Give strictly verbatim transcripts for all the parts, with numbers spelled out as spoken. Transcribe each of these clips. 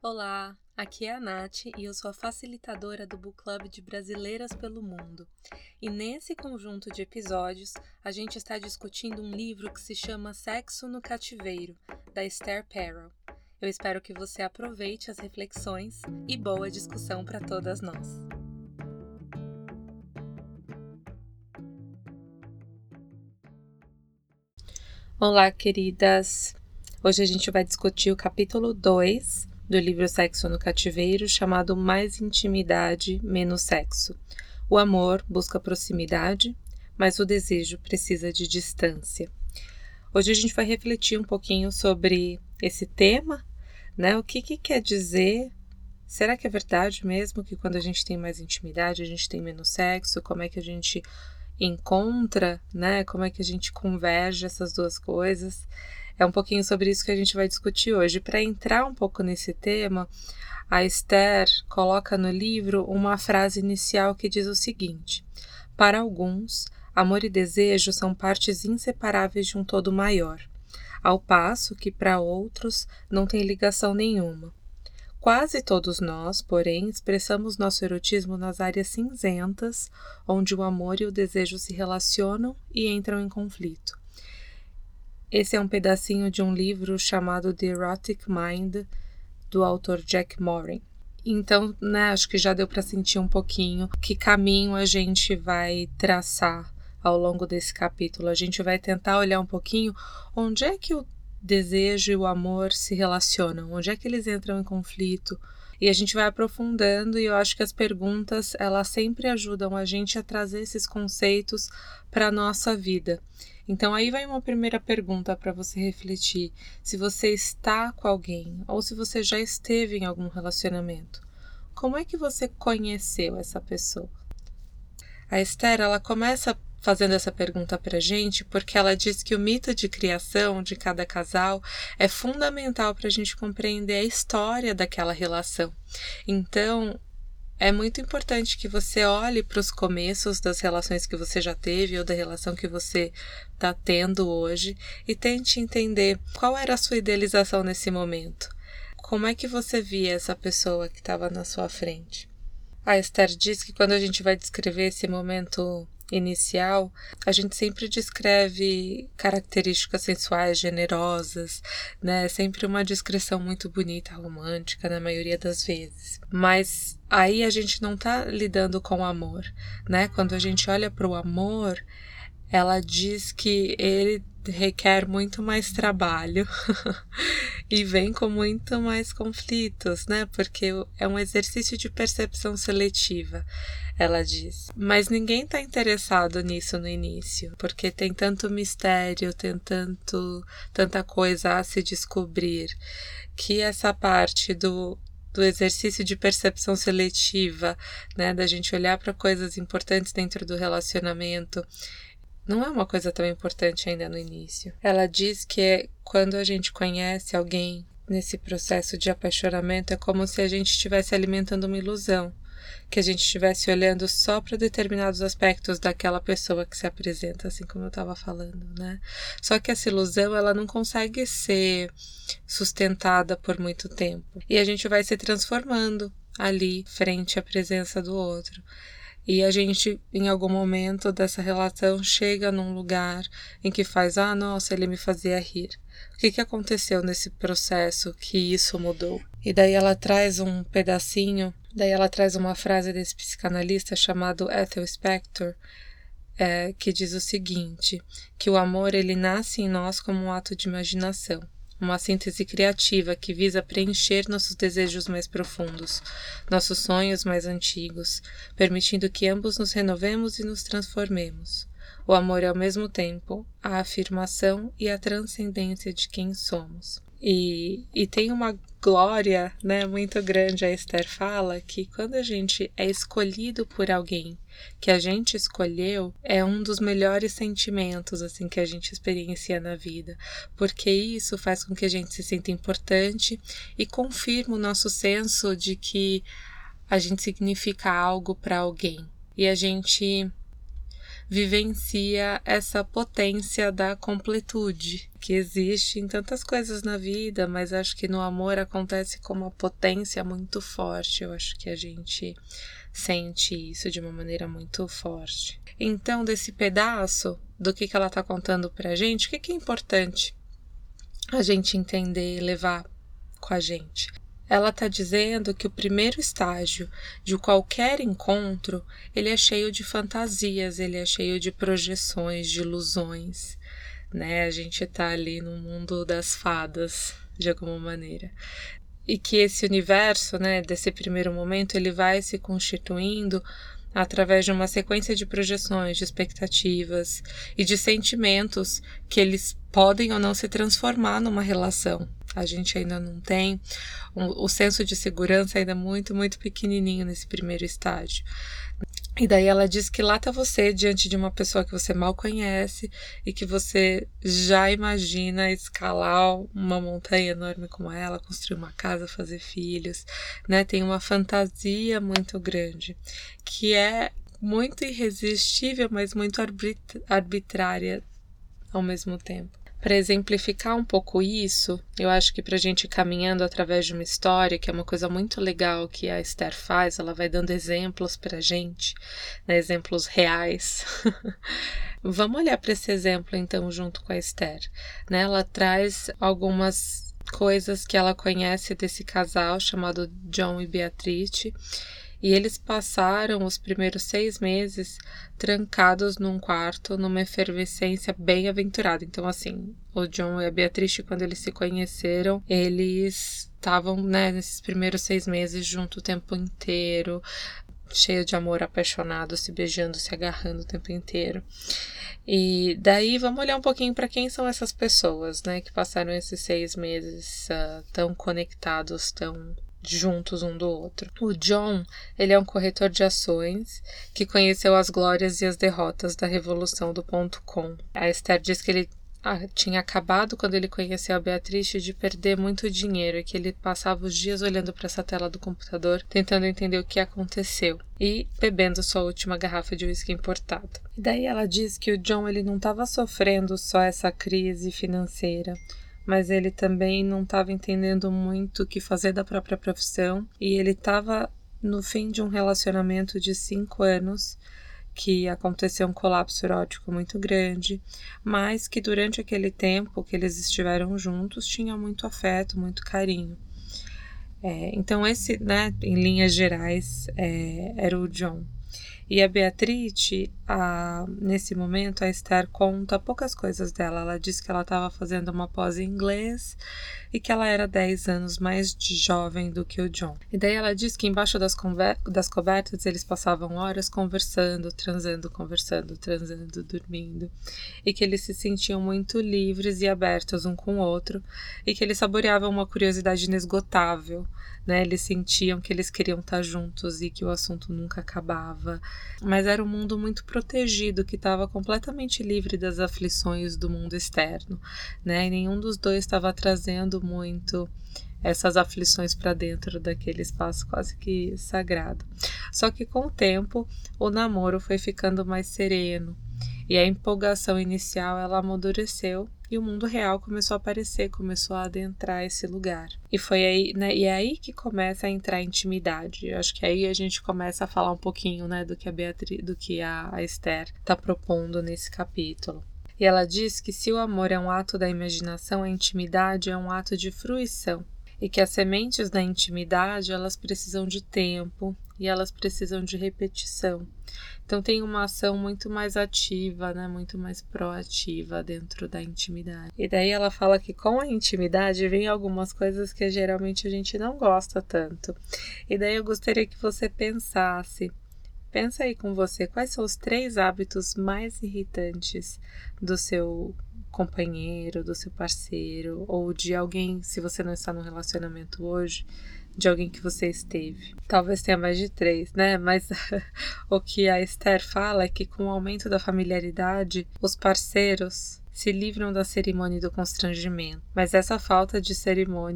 Olá, aqui é a Nath e eu sou a facilitadora do Book Club de Brasileiras pelo Mundo. E nesse conjunto de episódios, a gente está discutindo um livro que se chama Sexo no Cativeiro, da Esther Perel. Eu espero que você aproveite as reflexões e boa discussão para todas nós. Olá, queridas! Hoje a gente vai discutir o capítulo dois do livro Sexo no Cativeiro, chamado Mais Intimidade, Menos Sexo. O amor busca proximidade, mas o desejo precisa de distância. Hoje a gente vai refletir um pouquinho sobre esse tema, né? O que, que quer dizer? Será que é verdade mesmo que quando a gente tem mais intimidade, a gente tem menos sexo? Como é que a gente encontra, né? Como é que a gente converge essas duas coisas? É um pouquinho sobre isso que a gente vai discutir hoje. Para entrar um pouco nesse tema, a Esther coloca no livro uma frase inicial que diz o seguinte: para alguns, amor e desejo são partes inseparáveis de um todo maior, ao passo que para outros não tem ligação nenhuma. Quase todos nós, porém, expressamos nosso erotismo nas áreas cinzentas, onde o amor e o desejo se relacionam e entram em conflito. Esse é um pedacinho de um livro chamado The Erotic Mind, do autor Jack Morin. Então, né, acho que já deu para sentir um pouquinho que caminho a gente vai traçar ao longo desse capítulo. A gente vai tentar olhar um pouquinho onde é que o desejo e o amor se relacionam, onde é que eles entram em conflito. E a gente vai aprofundando, e eu acho que as perguntas, elas sempre ajudam a gente a trazer esses conceitos para a nossa vida. Então aí vai uma primeira pergunta para você refletir: se você está com alguém ou se você já esteve em algum relacionamento, como é que você conheceu essa pessoa? A Esther, ela começa fazendo essa pergunta para a gente porque ela diz que o mito de criação de cada casal é fundamental para a gente compreender a história daquela relação. Então, é muito importante que você olhe para os começos das relações que você já teve ou da relação que você está tendo hoje e tente entender qual era a sua idealização nesse momento. Como é que você via essa pessoa que estava na sua frente? A Esther diz que quando a gente vai descrever esse momento inicial, a gente sempre descreve características sensuais, generosas, né? Sempre uma descrição muito bonita, romântica, na maioria das vezes. Mas aí a gente não tá lidando com amor, né? Quando a gente olha para o amor, ela diz que ele requer muito mais trabalho e vem com muito mais conflitos, né? Porque é um exercício de percepção seletiva, ela diz. Mas ninguém está interessado nisso no início, porque tem tanto mistério, tem tanto, tanta coisa a se descobrir, que essa parte do do exercício de percepção seletiva, né, da gente olhar para coisas importantes dentro do relacionamento, não é uma coisa tão importante ainda no início. Ela diz que é quando a gente conhece alguém nesse processo de apaixonamento, é como se a gente estivesse alimentando uma ilusão, que a gente estivesse olhando só para determinados aspectos daquela pessoa que se apresenta, assim como eu estava falando, né? Só que essa ilusão, ela não consegue ser sustentada por muito tempo. E a gente vai se transformando ali, frente à presença do outro. E a gente, em algum momento dessa relação, chega num lugar em que faz, ah, nossa, ele me fazia rir. O que que aconteceu nesse processo que isso mudou? E daí ela traz um pedacinho, daí ela traz uma frase desse psicanalista chamado Ethel Spector, é, que diz o seguinte, que o amor, ele nasce em nós como um ato de imaginação. Uma síntese criativa que visa preencher nossos desejos mais profundos, nossos sonhos mais antigos, permitindo que ambos nos renovemos e nos transformemos. O amor é ao mesmo tempo a afirmação e a transcendência de quem somos. E, e tem uma glória, né, muito grande. A Esther fala que quando a gente é escolhido por alguém que a gente escolheu, é um dos melhores sentimentos assim que a gente experiencia na vida, porque isso faz com que a gente se sinta importante e confirma o nosso senso de que a gente significa algo para alguém. E a gente vivencia essa potência da completude que existe em tantas coisas na vida, mas acho que no amor acontece com uma potência muito forte. Eu acho que a gente sente isso de uma maneira muito forte. Então, desse pedaço do que, que ela está contando pra gente, o que, que é importante a gente entender e levar com a gente? Ela está dizendo que o primeiro estágio de qualquer encontro, ele é cheio de fantasias, ele é cheio de projeções, de ilusões, né? A gente está ali no mundo das fadas, de alguma maneira. E que esse universo, né, desse primeiro momento, ele vai se constituindo através de uma sequência de projeções, de expectativas e de sentimentos que eles podem ou não se transformar numa relação. A gente ainda não tem, o, o senso de segurança ainda é muito, muito pequenininho nesse primeiro estágio. E daí ela diz que lá tá você diante de uma pessoa que você mal conhece e que você já imagina escalar uma montanha enorme como ela, construir uma casa, fazer filhos, né? Tem uma fantasia muito grande, que é muito irresistível, mas muito arbitrária ao mesmo tempo. Para exemplificar um pouco isso, eu acho que para a gente ir caminhando através de uma história, que é uma coisa muito legal que a Esther faz, ela vai dando exemplos para a gente, né, exemplos reais. Vamos olhar para esse exemplo então junto com a Esther, né? Ela traz algumas coisas que ela conhece desse casal chamado John e Beatrice. E eles passaram os primeiros seis meses trancados num quarto, numa efervescência bem aventurada. Então, assim, o John e a Beatrice, quando eles se conheceram, eles estavam, né, nesses primeiros seis meses junto o tempo inteiro, cheio de amor, apaixonado, se beijando, se agarrando o tempo inteiro. E daí vamos olhar um pouquinho para quem são essas pessoas, né, que passaram esses seis meses uh, tão conectados, tão juntos um do outro. O John, ele é um corretor de ações que conheceu as glórias e as derrotas da revolução do ponto com. A Esther diz que ele ah, tinha acabado, quando ele conheceu a Beatrice, de perder muito dinheiro e que ele passava os dias olhando para essa tela do computador, tentando entender o que aconteceu e bebendo sua última garrafa de uísque importado. E daí ela diz que o John, ele não estava sofrendo só essa crise financeira, mas ele também não estava entendendo muito o que fazer da própria profissão e ele estava no fim de um relacionamento de cinco anos que aconteceu um colapso erótico muito grande, mas que durante aquele tempo que eles estiveram juntos tinha muito afeto, muito carinho. É, então esse, né, em linhas gerais, é, era o John. E a Beatrice, a, nesse momento, a Esther conta poucas coisas dela. Ela disse que ela estava fazendo uma pós em inglês e que ela era dez anos mais jovem do que o John. E daí ela diz que embaixo das, conver- das cobertas eles passavam horas conversando, transando, conversando, transando, dormindo. E que eles se sentiam muito livres e abertos um com o outro. E que eles saboreavam uma curiosidade inesgotável, né? Eles sentiam que eles queriam estar juntos e que o assunto nunca acabava. Mas era um mundo muito protegido, que estava completamente livre das aflições do mundo externo, né? E nenhum dos dois estava trazendo muito essas aflições para dentro daquele espaço quase que sagrado. Só que com o tempo, o namoro foi ficando mais sereno e a empolgação inicial ela amadureceu e o mundo real começou a aparecer, começou a adentrar esse lugar. E foi aí, né, e é aí que começa a entrar a intimidade. Eu acho que aí a gente começa a falar um pouquinho, né, do que a Beatriz, do que a, a Esther está propondo nesse capítulo. E ela diz que se o amor é um ato da imaginação, a intimidade é um ato de fruição. E que as sementes da intimidade, elas precisam de tempo e elas precisam de repetição. Então tem uma ação muito mais ativa, né, muito mais proativa dentro da intimidade. E daí ela fala que com a intimidade vem algumas coisas que geralmente a gente não gosta tanto. E daí eu gostaria que você pensasse, pensa aí com você, quais são os três hábitos mais irritantes do seu companheiro, do seu parceiro, ou de alguém, se você não está num relacionamento hoje, de alguém que você esteve. Talvez tenha mais de três, né? Mas o que a Esther fala é que com o aumento da familiaridade, os parceiros se livram da cerimônia e do constrangimento. Mas essa falta de cerimônia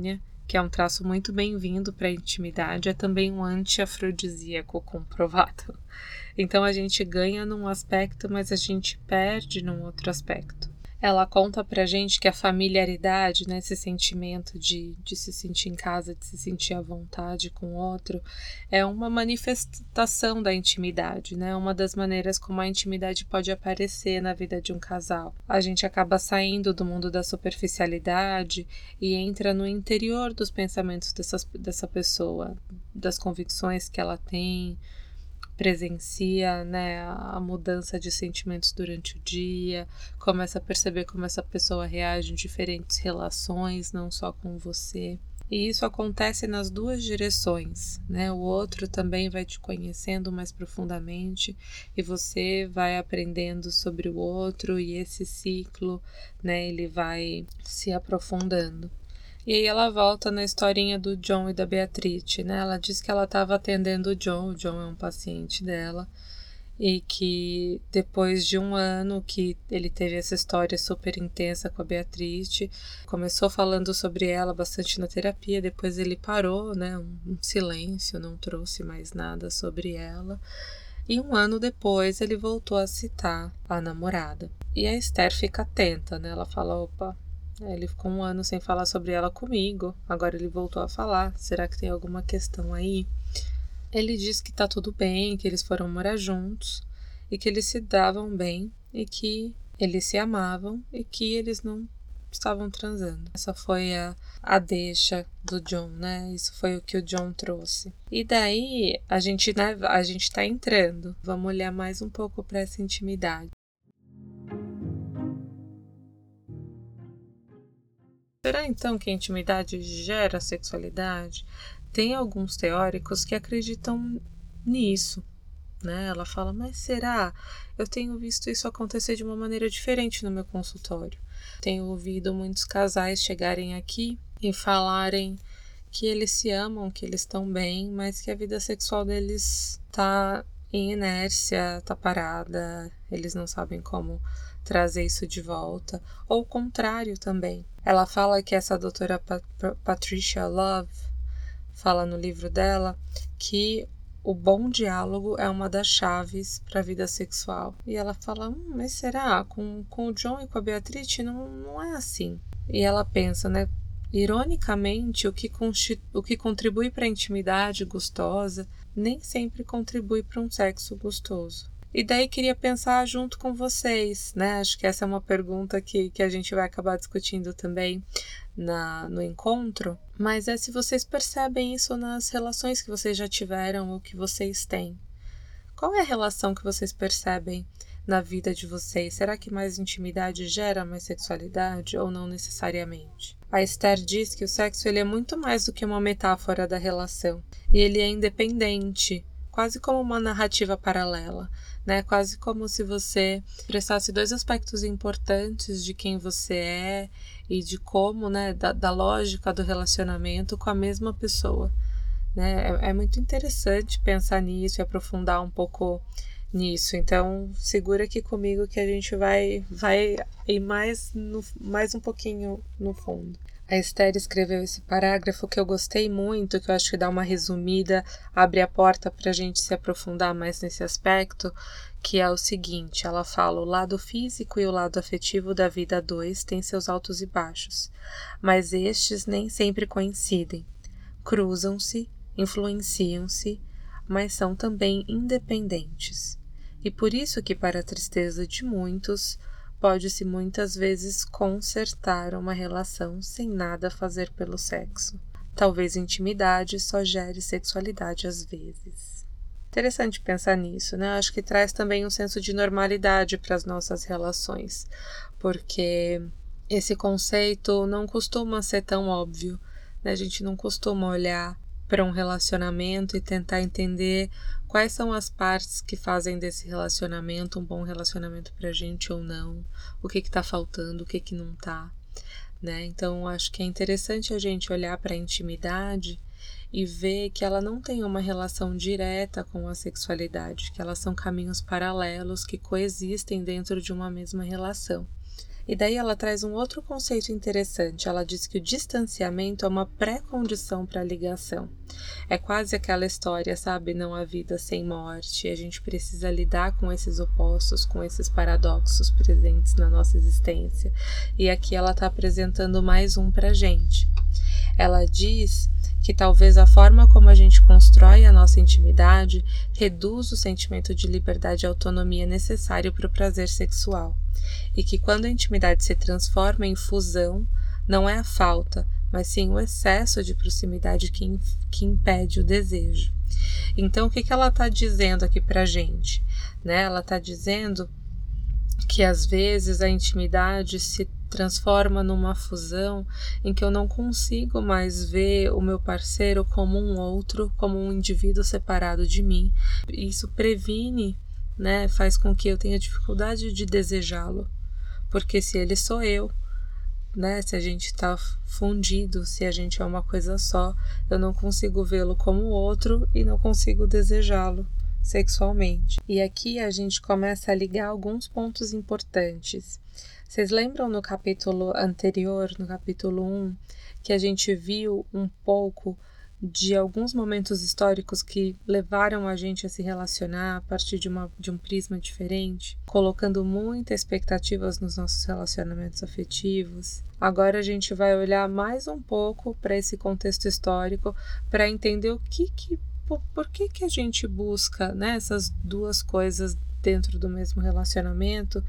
que é um traço muito bem-vindo para a intimidade, é também um anti-afrodisíaco comprovado. Então a gente ganha num aspecto, mas a gente perde num outro aspecto. Ela conta pra gente que a familiaridade, né, esse sentimento de, de se sentir em casa, de se sentir à vontade com o outro, é uma manifestação da intimidade, né? Uma das maneiras como a intimidade pode aparecer na vida de um casal. A gente acaba saindo do mundo da superficialidade e entra no interior dos pensamentos dessas, dessa pessoa, das convicções que ela tem, presencia, né, a mudança de sentimentos durante o dia, começa a perceber como essa pessoa reage em diferentes relações, não só com você. E isso acontece nas duas direções, né? O outro também vai te conhecendo mais profundamente e você vai aprendendo sobre o outro, e esse ciclo, né, ele vai se aprofundando. E aí ela volta na historinha do John e da Beatrice, né? Ela diz que ela estava atendendo o John, o John é um paciente dela, e que depois de um ano que ele teve essa história super intensa com a Beatrice, começou falando sobre ela bastante na terapia, depois ele parou, né? Um, um silêncio, não trouxe mais nada sobre ela. E um ano depois ele voltou a citar a namorada. E a Esther fica atenta, né? Ela fala, opa, ele ficou um ano sem falar sobre ela comigo, agora ele voltou a falar, será que tem alguma questão aí? Ele diz que tá tudo bem, que eles foram morar juntos e que eles se davam bem e que eles se amavam e que eles não estavam transando. Essa foi a, a deixa do John, né? Isso foi o que o John trouxe. E daí a gente, né, a gente tá entrando. Vamos olhar mais um pouco para essa intimidade. Será então que a intimidade gera sexualidade? Tem alguns teóricos que acreditam nisso, né? Ela fala, mas será? Eu tenho visto isso acontecer de uma maneira diferente no meu consultório. Tenho ouvido muitos casais chegarem aqui e falarem que eles se amam, que eles estão bem, mas que a vida sexual deles está em inércia, está parada, eles não sabem como trazer isso de volta, ou o contrário também. Ela fala que essa doutora Pat- Patricia Love fala no livro dela que o bom diálogo é uma das chaves para a vida sexual. E ela fala, hum, mas será? Com, com o John e com a Beatrice não, não é assim. E ela pensa, né? Ironicamente, o que, constitu- o que contribui para a intimidade gostosa nem sempre contribui para um sexo gostoso. E daí queria pensar junto com vocês, né? Acho que essa é uma pergunta que, que a gente vai acabar discutindo também na, no encontro. Mas é se vocês percebem isso nas relações que vocês já tiveram ou que vocês têm. Qual é a relação que vocês percebem na vida de vocês? Será que mais intimidade gera mais sexualidade ou não necessariamente? A Esther diz que o sexo ele é muito mais do que uma metáfora da relação. E ele é independente, quase como uma narrativa paralela, né? Quase como se você expressasse dois aspectos importantes de quem você é e de como, né, da, da lógica do relacionamento com a mesma pessoa, né? É, é muito interessante pensar nisso e aprofundar um pouco nisso. Então, segura aqui comigo que a gente vai, vai ir mais, no, mais um pouquinho no fundo. A Esther escreveu esse parágrafo que eu gostei muito, que eu acho que dá uma resumida, abre a porta para a gente se aprofundar mais nesse aspecto, que é o seguinte, ela fala, o lado físico e o lado afetivo da vida a dois têm seus altos e baixos, mas estes nem sempre coincidem, cruzam-se, influenciam-se, mas são também independentes. E por isso que, para a tristeza de muitos, pode-se muitas vezes consertar uma relação sem nada fazer pelo sexo. Talvez intimidade só gere sexualidade às vezes. Interessante pensar nisso, né? Acho que traz também um senso de normalidade para as nossas relações, porque esse conceito não costuma ser tão óbvio, né? A gente não costuma olhar para um relacionamento e tentar entender quais são as partes que fazem desse relacionamento um bom relacionamento pra gente ou não, o que que tá faltando, o que que não tá, né? Então, acho que é interessante a gente olhar para a intimidade e ver que ela não tem uma relação direta com a sexualidade, que elas são caminhos paralelos que coexistem dentro de uma mesma relação. E daí ela traz um outro conceito interessante. Ela diz que o distanciamento é uma pré-condição para a ligação. É quase aquela história, sabe? Não há vida sem morte. A gente precisa lidar com esses opostos, com esses paradoxos presentes na nossa existência. E aqui ela está apresentando mais um para a gente. Ela diz que talvez a forma como a gente constrói a nossa intimidade reduz o sentimento de liberdade e autonomia necessário para o prazer sexual. E que quando a intimidade se transforma em fusão, não é a falta, mas sim o excesso de proximidade que, que impede o desejo. Então, o que, que ela está dizendo aqui pra gente? Né? Ela está dizendo que às vezes a intimidade se transforma numa fusão em que eu não consigo mais ver o meu parceiro como um outro, como um indivíduo separado de mim. Isso previne, né, faz com que eu tenha dificuldade de desejá-lo, porque se ele sou eu, né, se a gente está fundido, se a gente é uma coisa só, eu não consigo vê-lo como outro e não consigo desejá-lo sexualmente. E aqui a gente começa a ligar alguns pontos importantes. Vocês lembram no capítulo anterior, no capítulo um, que a gente viu um pouco de alguns momentos históricos que levaram a gente a se relacionar a partir de, uma, de um prisma diferente, colocando muitas expectativas nos nossos relacionamentos afetivos? Agora a gente vai olhar mais um pouco para esse contexto histórico para entender o que que, por, por que que a gente busca, né, essas duas coisas dentro do mesmo relacionamento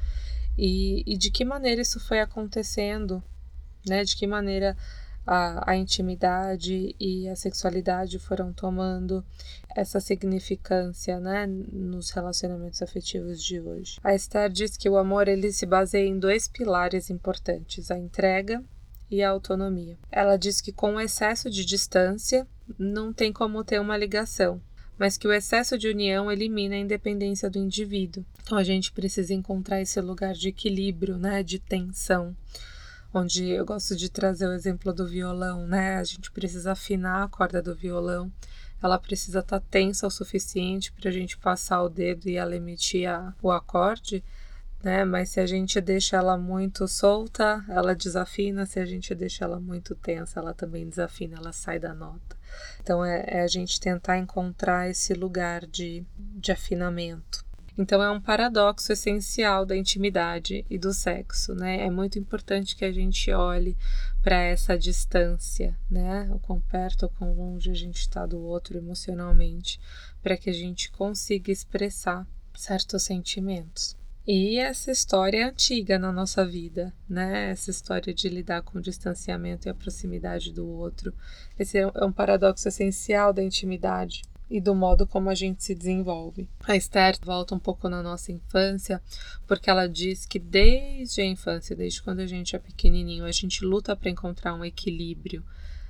e, e de que maneira isso foi acontecendo, né, de que maneira A, a intimidade e a sexualidade foram tomando essa significância, né, nos relacionamentos afetivos de hoje. A Esther diz que o amor ele se baseia em dois pilares importantes, a entrega e a autonomia. Ela diz que com o excesso de distância não tem como ter uma ligação, mas que o excesso de união elimina a independência do indivíduo. Então a gente precisa encontrar esse lugar de equilíbrio, né, de tensão, onde eu gosto de trazer o exemplo do violão, né? A gente precisa afinar a corda do violão, ela precisa estar tá tensa o suficiente para a gente passar o dedo e ela emitir a, o acorde, né? Mas se a gente deixa ela muito solta, ela desafina, se a gente deixa ela muito tensa, ela também desafina, ela sai da nota. Então é, é a gente tentar encontrar esse lugar de, de afinamento. Então é um paradoxo essencial da intimidade e do sexo, né? É muito importante que a gente olhe para essa distância, né? O quão perto ou quão longe a gente está do outro emocionalmente, para que a gente consiga expressar certos sentimentos. E essa história é antiga na nossa vida, né? Essa história de lidar com o distanciamento e a proximidade do outro. Esse é um paradoxo essencial da intimidade e do modo como a gente se desenvolve. A Esther volta um pouco na nossa infância, porque ela diz que desde a infância, desde quando a gente é pequenininho, a gente luta para encontrar um equilíbrio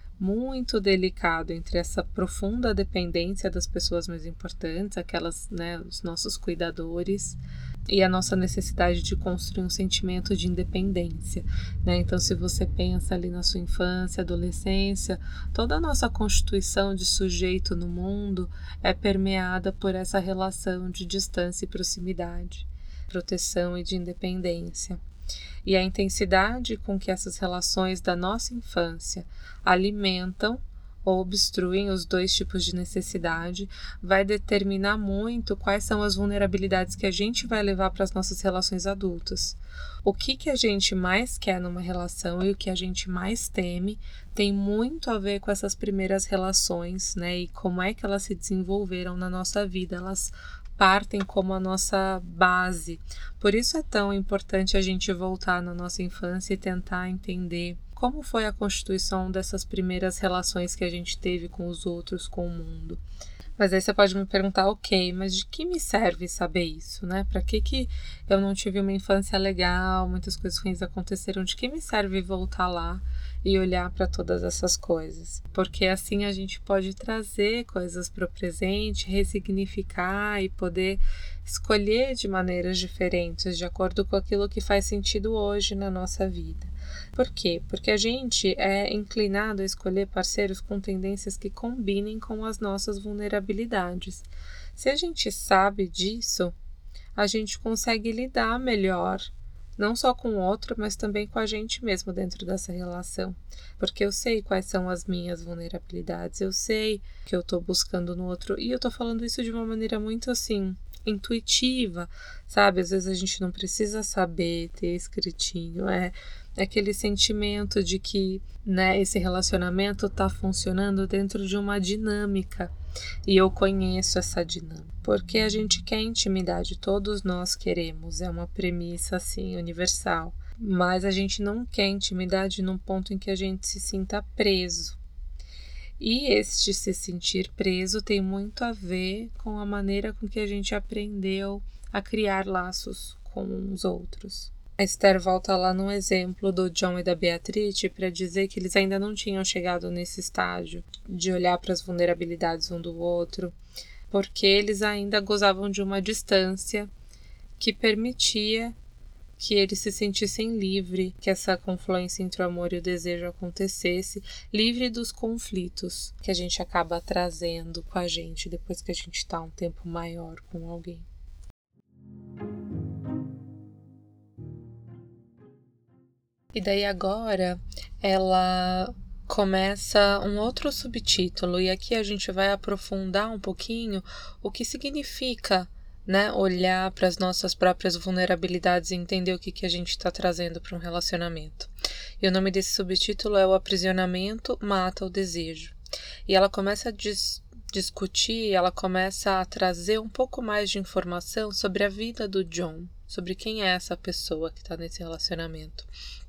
muito delicado entre essa profunda dependência das pessoas mais importantes, aquelas, né, os nossos cuidadores, e a nossa necessidade de construir um sentimento de independência, né? Então, se você pensa ali na sua infância, adolescência, toda a nossa constituição de sujeito no mundo é permeada por essa relação de distância e proximidade, proteção e de independência. E a intensidade com que essas relações da nossa infância alimentam ou obstruem os dois tipos de necessidade vai determinar muito quais são as vulnerabilidades que a gente vai levar para as nossas relações adultas. O que, que a gente mais quer numa relação e o que a gente mais teme tem muito a ver com essas primeiras relações, né? E como é que elas se desenvolveram na nossa vida, elas partem como a nossa base. Por isso é tão importante a gente voltar na nossa infância e tentar entender como foi a constituição dessas primeiras relações que a gente teve com os outros, com o mundo. Mas aí você pode me perguntar, ok, mas de que me serve saber isso, né? Para que que eu não tive uma infância legal, muitas coisas ruins aconteceram, de que me serve voltar lá e olhar para todas essas coisas? Porque assim a gente pode trazer coisas para o presente, ressignificar e poder escolher de maneiras diferentes, de acordo com aquilo que faz sentido hoje na nossa vida. Por quê? Porque a gente é inclinado a escolher parceiros com tendências que combinem com as nossas vulnerabilidades. Se a gente sabe disso, a gente consegue lidar melhor, Não só com o outro, mas também com a gente mesmo dentro dessa relação. Porque eu sei quais são as minhas vulnerabilidades, eu sei que eu tô buscando no outro. E eu tô falando isso de uma maneira muito assim, intuitiva, sabe? Às vezes a gente não precisa saber, ter escritinho, é, é aquele sentimento de que, né, esse relacionamento tá funcionando dentro de uma dinâmica. E eu conheço essa dinâmica, porque a gente quer intimidade, todos nós queremos, é uma premissa assim universal, mas a gente não quer intimidade num ponto em que a gente se sinta preso. E este se sentir preso tem muito a ver com a maneira com que a gente aprendeu a criar laços com os outros. A Esther volta lá no exemplo do John e da Beatrice para dizer que eles ainda não tinham chegado nesse estágio de olhar para as vulnerabilidades um do outro, porque eles ainda gozavam de uma distância que permitia que eles se sentissem livres, que essa confluência entre o amor e o desejo acontecesse, livre dos conflitos que a gente acaba trazendo com a gente depois que a gente está um tempo maior com alguém. E daí agora ela começa um outro subtítulo, e aqui a gente vai aprofundar um pouquinho o que significa, né, olhar para as nossas próprias vulnerabilidades e entender o que, que a gente está trazendo para um relacionamento. E o nome desse subtítulo é O Aprisionamento Mata o Desejo. E ela começa a dis- discutir, ela começa a trazer um pouco mais de informação sobre a vida do John, sobre quem é essa pessoa que está nesse relacionamento.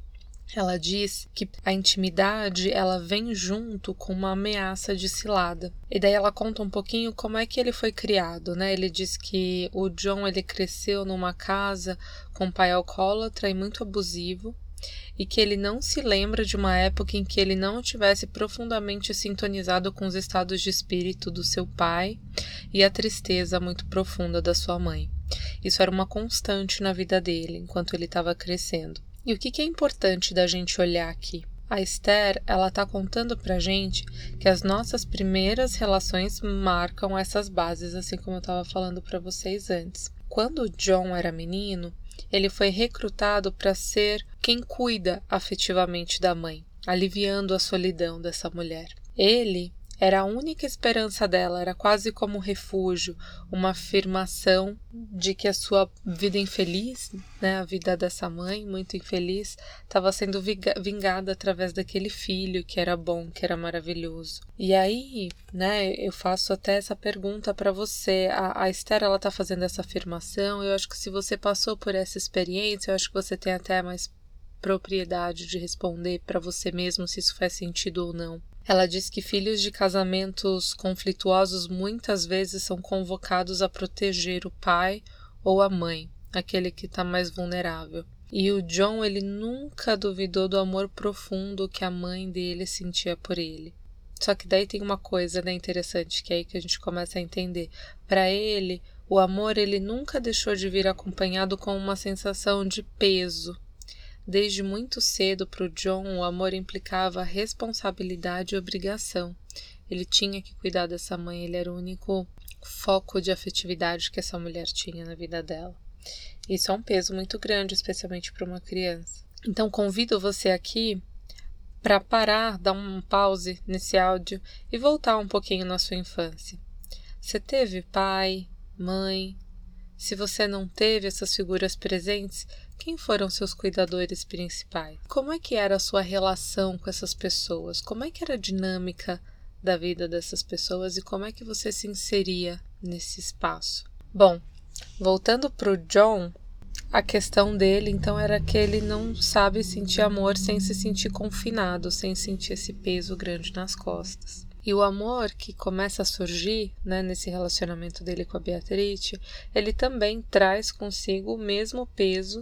Ela diz que a intimidade ela vem junto com uma ameaça de cilada. E daí ela conta um pouquinho como é que ele foi criado, né? Ele diz que o John ele cresceu numa casa com um pai alcoólatra e muito abusivo, e que ele não se lembra de uma época em que ele não tivesse profundamente sintonizado com os estados de espírito do seu pai e a tristeza muito profunda da sua mãe. Isso era uma constante na vida dele enquanto ele estava crescendo. E o que, que é importante da gente olhar aqui? A Esther, ela está contando pra gente que as nossas primeiras relações marcam essas bases, assim como eu estava falando para vocês antes. Quando o John era menino, ele foi recrutado para ser quem cuida afetivamente da mãe, aliviando a solidão dessa mulher. Ele era a única esperança dela, era quase como um refúgio, uma afirmação de que a sua vida infeliz, né, a vida dessa mãe muito infeliz, estava sendo vingada através daquele filho que era bom, que era maravilhoso. E aí, né, eu faço até essa pergunta para você. A, a Esther, ela está fazendo essa afirmação. Eu acho que se você passou por essa experiência, eu acho que você tem até mais propriedade de responder para você mesmo se isso faz sentido ou não. Ela diz que filhos de casamentos conflituosos muitas vezes são convocados a proteger o pai ou a mãe, aquele que está mais vulnerável. E o John, ele nunca duvidou do amor profundo que a mãe dele sentia por ele. Só que daí tem uma coisa, né, interessante, que é aí que a gente começa a entender. Para ele, o amor ele nunca deixou de vir acompanhado com uma sensação de peso. Desde muito cedo para o John, o amor implicava responsabilidade e obrigação. Ele tinha que cuidar dessa mãe, ele era o único foco de afetividade que essa mulher tinha na vida dela. Isso é um peso muito grande, especialmente para uma criança. Então convido você aqui para parar, dar um pause nesse áudio e voltar um pouquinho na sua infância. Você teve pai, mãe? Se você não teve essas figuras presentes, quem foram seus cuidadores principais? Como é que era a sua relação com essas pessoas? Como é que era a dinâmica da vida dessas pessoas e como é que você se inseria nesse espaço? Bom, voltando para o John, a questão dele então era que ele não sabe sentir amor sem se sentir confinado, sem sentir esse peso grande nas costas. E o amor que começa a surgir, né, nesse relacionamento dele com a Beatrice, ele também traz consigo o mesmo peso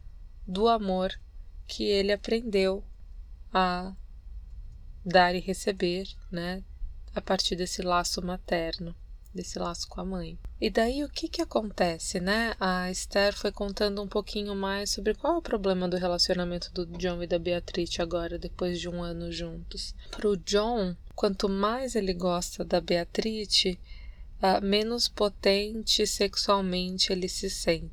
do amor que ele aprendeu a dar e receber, né, a partir desse laço materno, desse laço com a mãe. E daí o que que acontece, né? A Esther foi contando um pouquinho mais sobre qual é o problema do relacionamento do John e da Beatrice agora, depois de um ano juntos. Para o John, quanto mais ele gosta da Beatrice, uh, menos potente sexualmente ele se sente.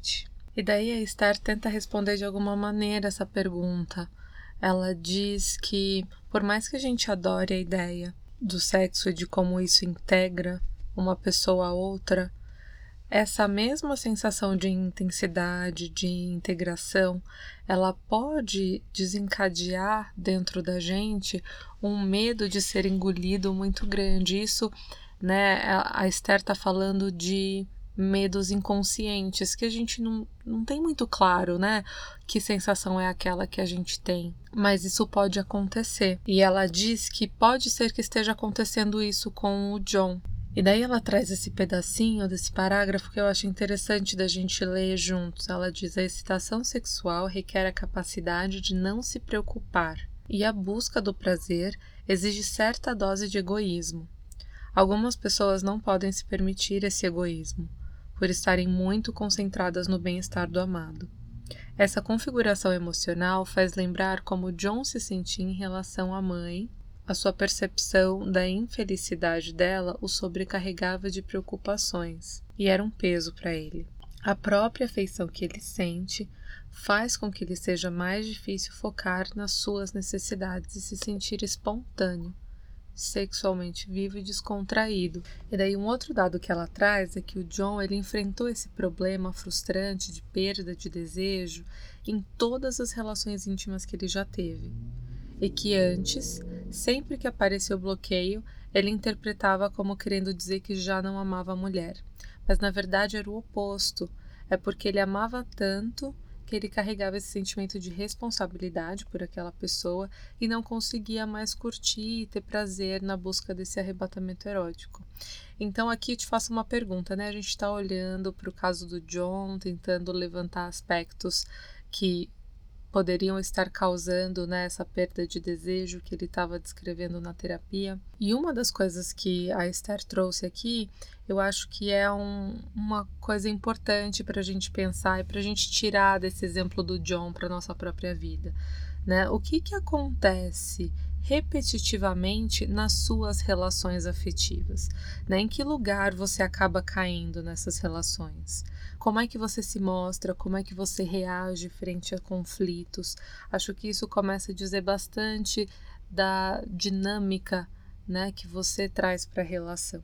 E daí a Esther tenta responder de alguma maneira essa pergunta. Ela diz que, por mais que a gente adore a ideia do sexo e de como isso integra uma pessoa a outra, essa mesma sensação de intensidade, de integração, ela pode desencadear dentro da gente um medo de ser engolido muito grande. Isso, né, a Esther está falando de medos inconscientes, que a gente não, não tem muito claro, né, que sensação é aquela que a gente tem, mas isso pode acontecer. E ela diz que pode ser que esteja acontecendo isso com o John. E daí ela traz esse pedacinho desse parágrafo que eu acho interessante da gente ler juntos. Ela diz: a excitação sexual requer a capacidade de não se preocupar, e a busca do prazer exige certa dose de egoísmo. Algumas pessoas não podem se permitir esse egoísmo, por estarem muito concentradas no bem-estar do amado. Essa configuração emocional faz lembrar como John se sentia em relação à mãe. A sua percepção da infelicidade dela o sobrecarregava de preocupações, e era um peso para ele. A própria afeição que ele sente faz com que lhe seja mais difícil focar nas suas necessidades e se sentir espontâneo, sexualmente vivo e descontraído. E daí um outro dado que ela traz é que o John ele enfrentou esse problema frustrante de perda de desejo em todas as relações íntimas que ele já teve. E que antes, sempre que aparecia o bloqueio, ele interpretava como querendo dizer que já não amava a mulher. Mas na verdade era o oposto. É porque ele amava tanto que ele carregava esse sentimento de responsabilidade por aquela pessoa e não conseguia mais curtir e ter prazer na busca desse arrebatamento erótico. Então aqui eu te faço uma pergunta, né? A gente está olhando para o caso do John, tentando levantar aspectos que poderiam estar causando, né, essa perda de desejo que ele estava descrevendo na terapia. E uma das coisas que a Esther trouxe aqui, eu acho que é um, uma coisa importante para a gente pensar e para a gente tirar desse exemplo do John para a nossa própria vida, né? O que que acontece repetitivamente nas suas relações afetivas, né? Em que lugar você acaba caindo nessas relações? Como é que você se mostra? Como é que você reage frente a conflitos? Acho que isso começa a dizer bastante da dinâmica, né, que você traz para a relação.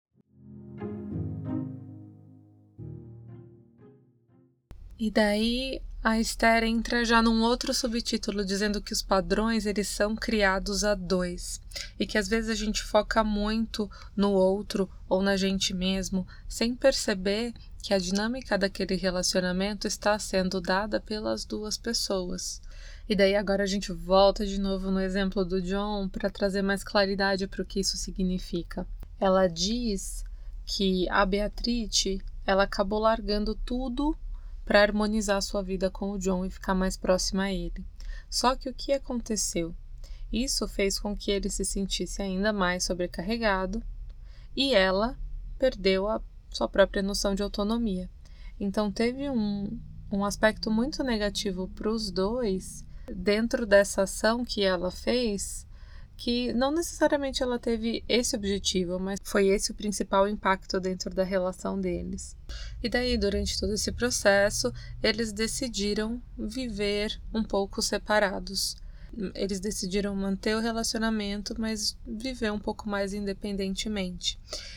E daí a Esther entra já num outro subtítulo dizendo que os padrões eles são criados a dois e que às vezes a gente foca muito no outro ou na gente mesmo sem perceber que a dinâmica daquele relacionamento está sendo dada pelas duas pessoas. E daí agora a gente volta de novo no exemplo do John para trazer mais claridade para o que isso significa. Ela diz que a Beatrice ela acabou largando tudo para harmonizar sua vida com o John e ficar mais próxima a ele. Só que o que aconteceu? Isso fez com que ele se sentisse ainda mais sobrecarregado e ela perdeu a sua própria noção de autonomia. Então teve um, um aspecto muito negativo para os dois dentro dessa ação que ela fez, que não necessariamente ela teve esse objetivo, mas foi esse o principal impacto dentro da relação deles. E daí, durante todo esse processo, eles decidiram viver um pouco separados. Eles decidiram manter o relacionamento, mas viver um pouco mais independentemente.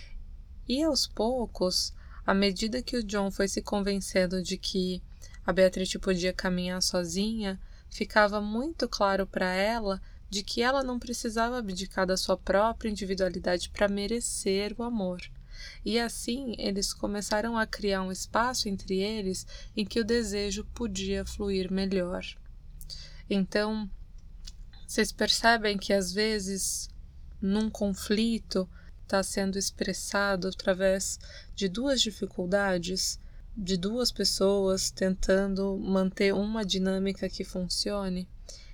E aos poucos, à medida que o John foi se convencendo de que a Beatrice podia caminhar sozinha, ficava muito claro para ela de que ela não precisava abdicar da sua própria individualidade para merecer o amor. E assim, eles começaram a criar um espaço entre eles em que o desejo podia fluir melhor. Então, vocês percebem que às vezes, num conflito, está sendo expressado através de duas dificuldades, de duas pessoas tentando manter uma dinâmica que funcione.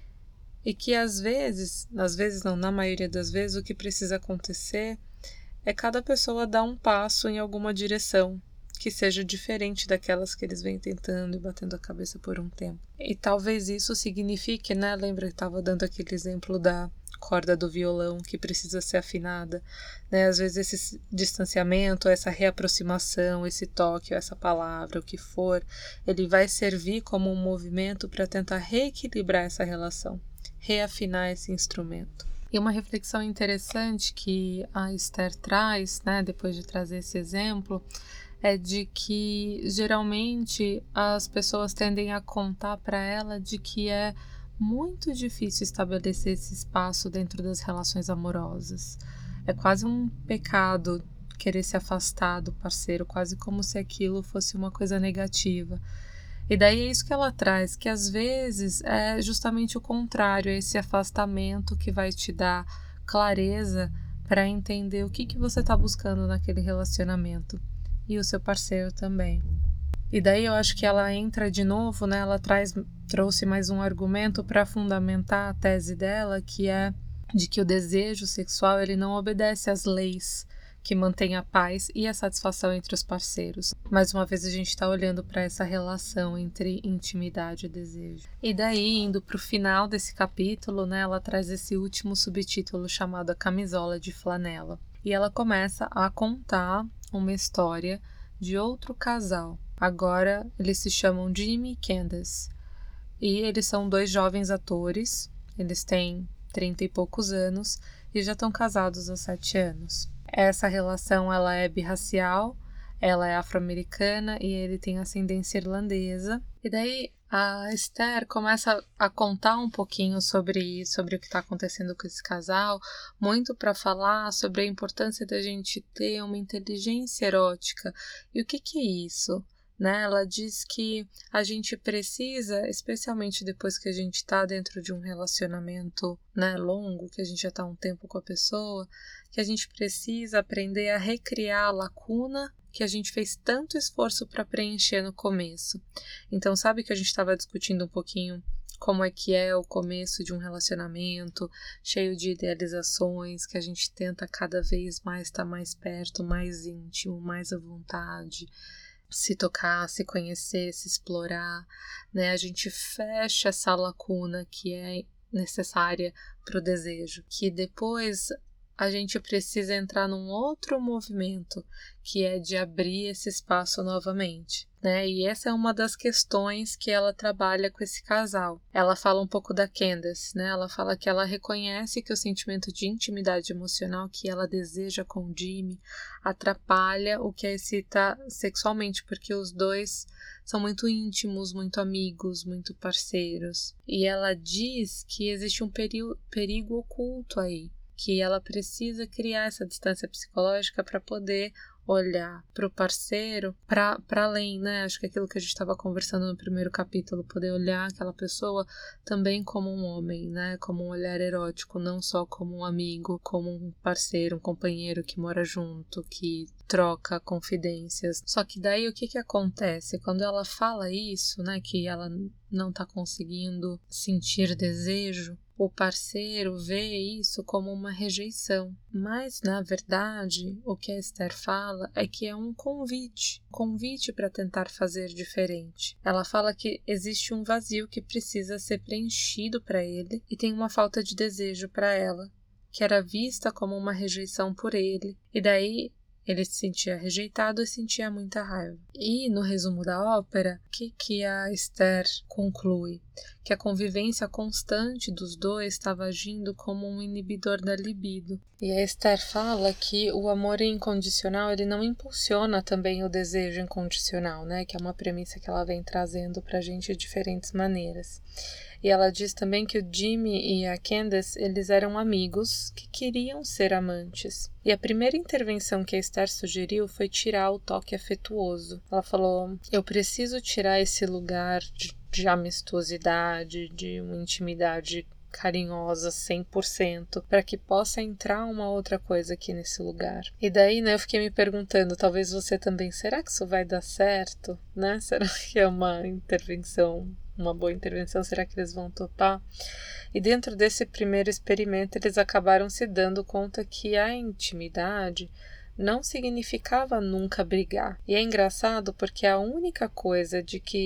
E que às vezes, às vezes não, na maioria das vezes, o que precisa acontecer é cada pessoa dar um passo em alguma direção que seja diferente daquelas que eles vêm tentando e batendo a cabeça por um tempo. E talvez isso signifique, né, lembra que estava dando aquele exemplo da corda do violão que precisa ser afinada, né? Às vezes esse distanciamento, essa reaproximação, esse toque, essa palavra, o que for, ele vai servir como um movimento para tentar reequilibrar essa relação, reafinar esse instrumento. E uma reflexão interessante que a Esther traz, né, depois de trazer esse exemplo, é de que geralmente as pessoas tendem a contar para ela de que é muito difícil estabelecer esse espaço dentro das relações amorosas. É quase um pecado querer se afastar do parceiro, quase como se aquilo fosse uma coisa negativa. E daí é isso que ela traz, que às vezes é justamente o contrário, é esse afastamento que vai te dar clareza para entender o que, que você está buscando naquele relacionamento. E o seu parceiro também. E daí eu acho que ela entra de novo, né? Ela traz, trouxe mais um argumento para fundamentar a tese dela, que é de que o desejo sexual ele não obedece às leis que mantêm a paz e a satisfação entre os parceiros. Mais uma vez a gente está olhando para essa relação entre intimidade e desejo. E daí, indo para o final desse capítulo, né? Ela traz esse último subtítulo chamado A Camisola de Flanela. E ela começa a contar uma história de outro casal. Agora eles se chamam Jimmy e Candace. E eles são dois jovens atores. Eles têm trinta e poucos anos e já estão casados há sete anos. Essa relação ela é birracial, ela é afro-americana e ele tem ascendência irlandesa. E daí a Esther começa a contar um pouquinho sobre, sobre o que está acontecendo com esse casal, muito para falar sobre a importância da gente ter uma inteligência erótica. E o que, que é isso? Né? Ela diz que a gente precisa, especialmente depois que a gente está dentro de um relacionamento, né, longo, que a gente já está um tempo com a pessoa, que a gente precisa aprender a recriar a lacuna que a gente fez tanto esforço para preencher no começo. Então, sabe que a gente estava discutindo um pouquinho como é que é o começo de um relacionamento, cheio de idealizações, que a gente tenta cada vez mais estar mais perto, mais íntimo, mais à vontade, se tocar, se conhecer, se explorar, né? A gente fecha essa lacuna que é necessária para o desejo, que depois a gente precisa entrar num outro movimento, que é de abrir esse espaço novamente, né? E essa é uma das questões que ela trabalha com esse casal. Ela fala um pouco da Candace, né? Ela fala que ela reconhece que o sentimento de intimidade emocional que ela deseja com o Jimmy atrapalha o que a excita sexualmente, porque os dois são muito íntimos, muito amigos, muito parceiros. E ela diz que existe um perigo, perigo oculto aí, que ela precisa criar essa distância psicológica para poder olhar para o parceiro para além, né? Acho que aquilo que a gente estava conversando no primeiro capítulo, poder olhar aquela pessoa também como um homem, né? Como um olhar erótico, não só como um amigo, como um parceiro, um companheiro que mora junto, que troca confidências. Só que daí o que que acontece? Quando ela fala isso, né? Que ela não está conseguindo sentir desejo, o parceiro vê isso como uma rejeição. Mas, na verdade, o que a Esther fala é que é um convite. Convite para tentar fazer diferente. Ela fala que existe um vazio que precisa ser preenchido para ele e tem uma falta de desejo para ela, que era vista como uma rejeição por ele. E daí ele se sentia rejeitado e sentia muita raiva. E, no resumo da ópera, o que, que a Esther conclui? Que a convivência constante dos dois estava agindo como um inibidor da libido. E a Esther fala que o amor incondicional ele não impulsiona também o desejo incondicional, né? Que é uma premissa que ela vem trazendo para a gente de diferentes maneiras. E ela diz também que o Jimmy e a Candace, eles eram amigos que queriam ser amantes. E a primeira intervenção que a Esther sugeriu foi tirar o toque afetuoso. Ela falou, eu preciso tirar esse lugar de, de amistosidade, de uma intimidade carinhosa cem por cento, para que possa entrar uma outra coisa aqui nesse lugar. E daí, né, eu fiquei me perguntando, talvez você também, será que isso vai dar certo? Né? Será que é uma intervenção, uma boa intervenção? Será que eles vão topar? E dentro desse primeiro experimento, eles acabaram se dando conta que a intimidade não significava nunca brigar. E é engraçado porque a única coisa de que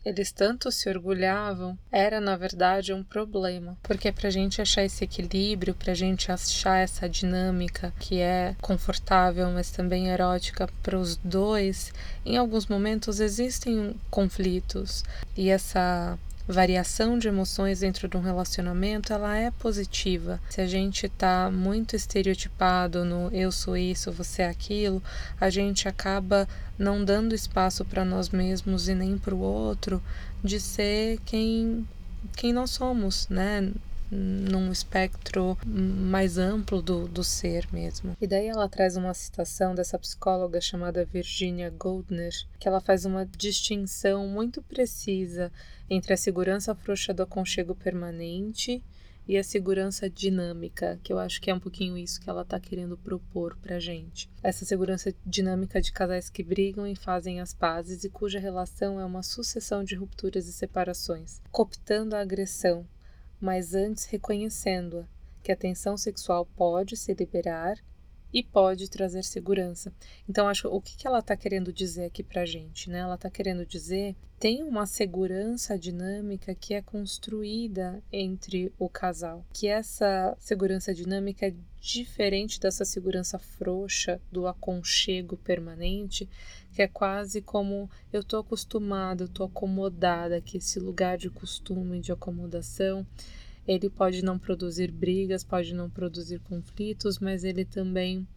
eles tanto se orgulhavam, era na verdade um problema. Porque pra gente achar esse equilíbrio, pra gente achar essa dinâmica que é confortável, mas também erótica para os dois, em alguns momentos existem conflitos. E essa variação de emoções dentro de um relacionamento, ela é positiva. Se a gente tá muito estereotipado no eu sou isso, você é aquilo, a gente acaba não dando espaço para nós mesmos e nem para o outro de ser quem, quem nós somos, né? Num espectro mais amplo do, do ser mesmo. E daí ela traz uma citação dessa psicóloga chamada Virginia Goldner, que ela faz uma distinção muito precisa entre a segurança frouxa do aconchego permanente e a segurança dinâmica, que eu acho que é um pouquinho isso que ela está querendo propor pra gente. Essa segurança dinâmica de casais que brigam e fazem as pazes e cuja relação é uma sucessão de rupturas e separações, cooptando a agressão, mas antes reconhecendo-a, que a tensão sexual pode se liberar e pode trazer segurança. Então, acho o que, que ela está querendo dizer aqui pra gente, né? Ela está querendo dizer tem uma segurança dinâmica que é construída entre o casal, que essa segurança dinâmica é diferente dessa segurança frouxa do aconchego permanente, que é quase como eu tô acostumada, eu tô acomodada, que esse lugar de costume, de acomodação, ele pode não produzir brigas, pode não produzir conflitos, mas ele também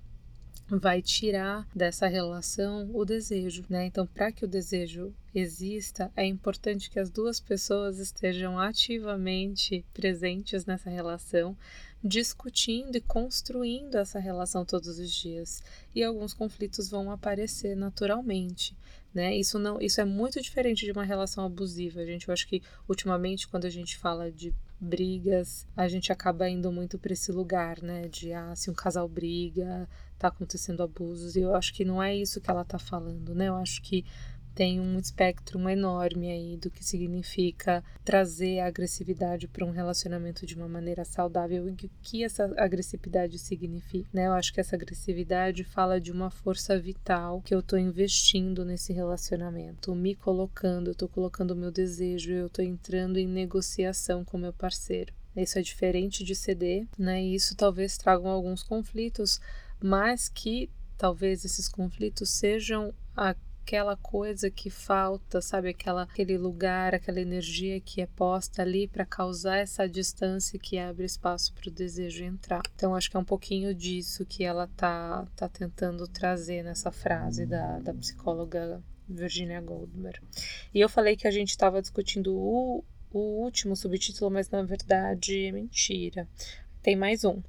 vai tirar dessa relação o desejo, né? Então, para que o desejo exista, é importante que as duas pessoas estejam ativamente presentes nessa relação, discutindo e construindo essa relação todos os dias. E alguns conflitos vão aparecer naturalmente, né? Isso não, isso é muito diferente de uma relação abusiva. Gente, eu acho que ultimamente quando a gente fala de brigas, a gente acaba indo muito para esse lugar, né? De ah, se um casal briga, tá acontecendo abusos, e eu acho que não é isso que ela tá falando, né? Eu acho que tem um espectro enorme aí do que significa trazer a agressividade para um relacionamento de uma maneira saudável e o que essa agressividade significa, né? Eu acho que essa agressividade fala de uma força vital que eu tô investindo nesse relacionamento, me colocando, eu tô colocando o meu desejo, eu tô entrando em negociação com meu parceiro. Isso é diferente de ceder, né? E isso talvez tragam alguns conflitos, mas que talvez esses conflitos sejam aquela coisa que falta, sabe? Aquela, aquele lugar, aquela energia que é posta ali para causar essa distância que abre espaço para o desejo entrar. Então, acho que é um pouquinho disso que ela tá, tá tentando trazer nessa frase da, da psicóloga Virginia Goldner. E eu falei que a gente estava discutindo o, o último subtítulo, mas na verdade é mentira. Tem mais um.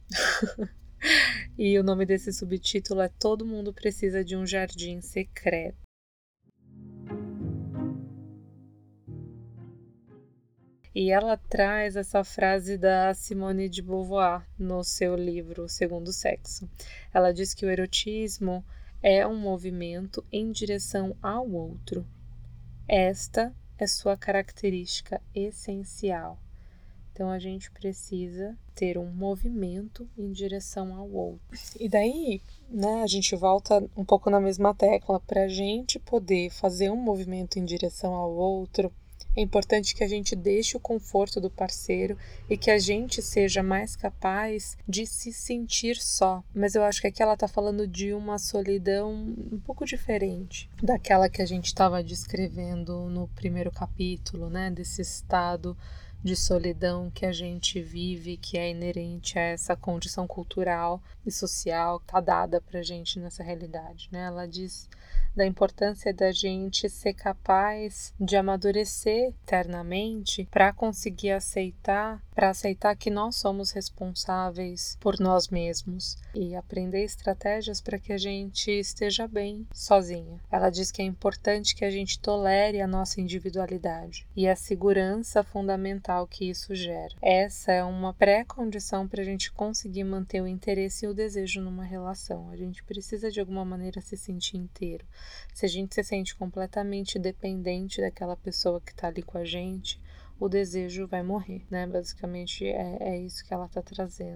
E o nome desse subtítulo é Todo Mundo Precisa de um Jardim Secreto. E ela traz essa frase da Simone de Beauvoir no seu livro O Segundo Sexo. Ela diz que o erotismo é um movimento em direção ao outro. Esta é sua característica essencial. Então, a gente precisa ter um movimento em direção ao outro. E daí, né, a gente volta um pouco na mesma tecla. Para a gente poder fazer um movimento em direção ao outro, é importante que a gente deixe o conforto do parceiro e que a gente seja mais capaz de se sentir só. Mas eu acho que aqui ela está falando de uma solidão um pouco diferente daquela que a gente estava descrevendo no primeiro capítulo, né, desse estado de solidão que a gente vive, que é inerente a essa condição cultural e social que está dada para a gente nessa realidade, né? Ela diz da importância da gente ser capaz de amadurecer internamente para conseguir aceitar, para aceitar que nós somos responsáveis por nós mesmos e aprender estratégias para que a gente esteja bem sozinha. Ela diz que é importante que a gente tolere a nossa individualidade e a segurança fundamental que isso gera. Essa é uma pré-condição para a gente conseguir manter o interesse e o desejo numa relação. A gente precisa de alguma maneira se sentir inteiro. Se a gente se sente completamente dependente daquela pessoa que está ali com a gente, o desejo vai morrer, né? Basicamente é, é isso que ela está trazendo.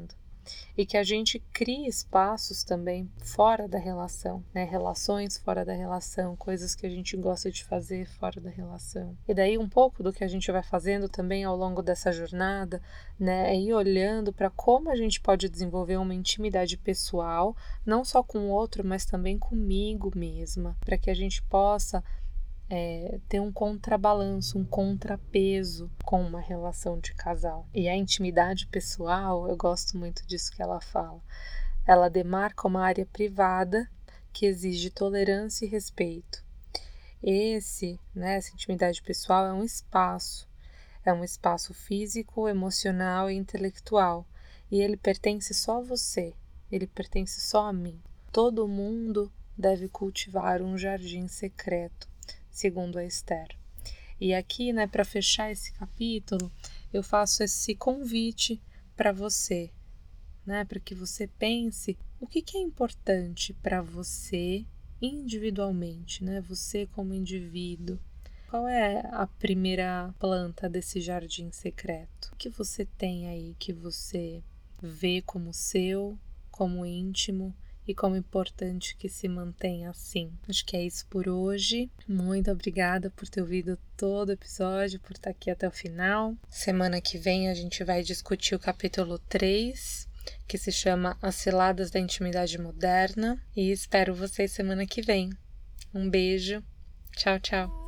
e que a gente crie espaços também fora da relação, né? Relações fora da relação, coisas que a gente gosta de fazer fora da relação. E daí um pouco do que a gente vai fazendo também ao longo dessa jornada, né, é ir olhando para como a gente pode desenvolver uma intimidade pessoal, não só com o outro, mas também comigo mesma, para que a gente possa É, ter um contrabalanço, um contrapeso com uma relação de casal. E a intimidade pessoal, eu gosto muito disso que ela fala. Ela demarca uma área privada que exige tolerância e respeito. Esse, né, essa intimidade pessoal é um espaço, é um espaço físico, emocional e intelectual. E ele pertence só a você, ele pertence só a mim. Todo mundo deve cultivar um jardim secreto, segundo a Esther. E aqui, né, para fechar esse capítulo, eu faço esse convite para você, né, para que você pense o que, que é importante para você individualmente, né, você como indivíduo. Qual é a primeira planta desse jardim secreto? O que você tem aí que você vê como seu, como íntimo, e como importante que se mantenha assim. Acho que é isso por hoje. Muito obrigada por ter ouvido todo o episódio, por estar aqui até o final. Semana que vem a gente vai discutir o capítulo três, que se chama As Ciladas da Intimidade Moderna, e espero vocês semana que vem. Um beijo. Tchau, tchau.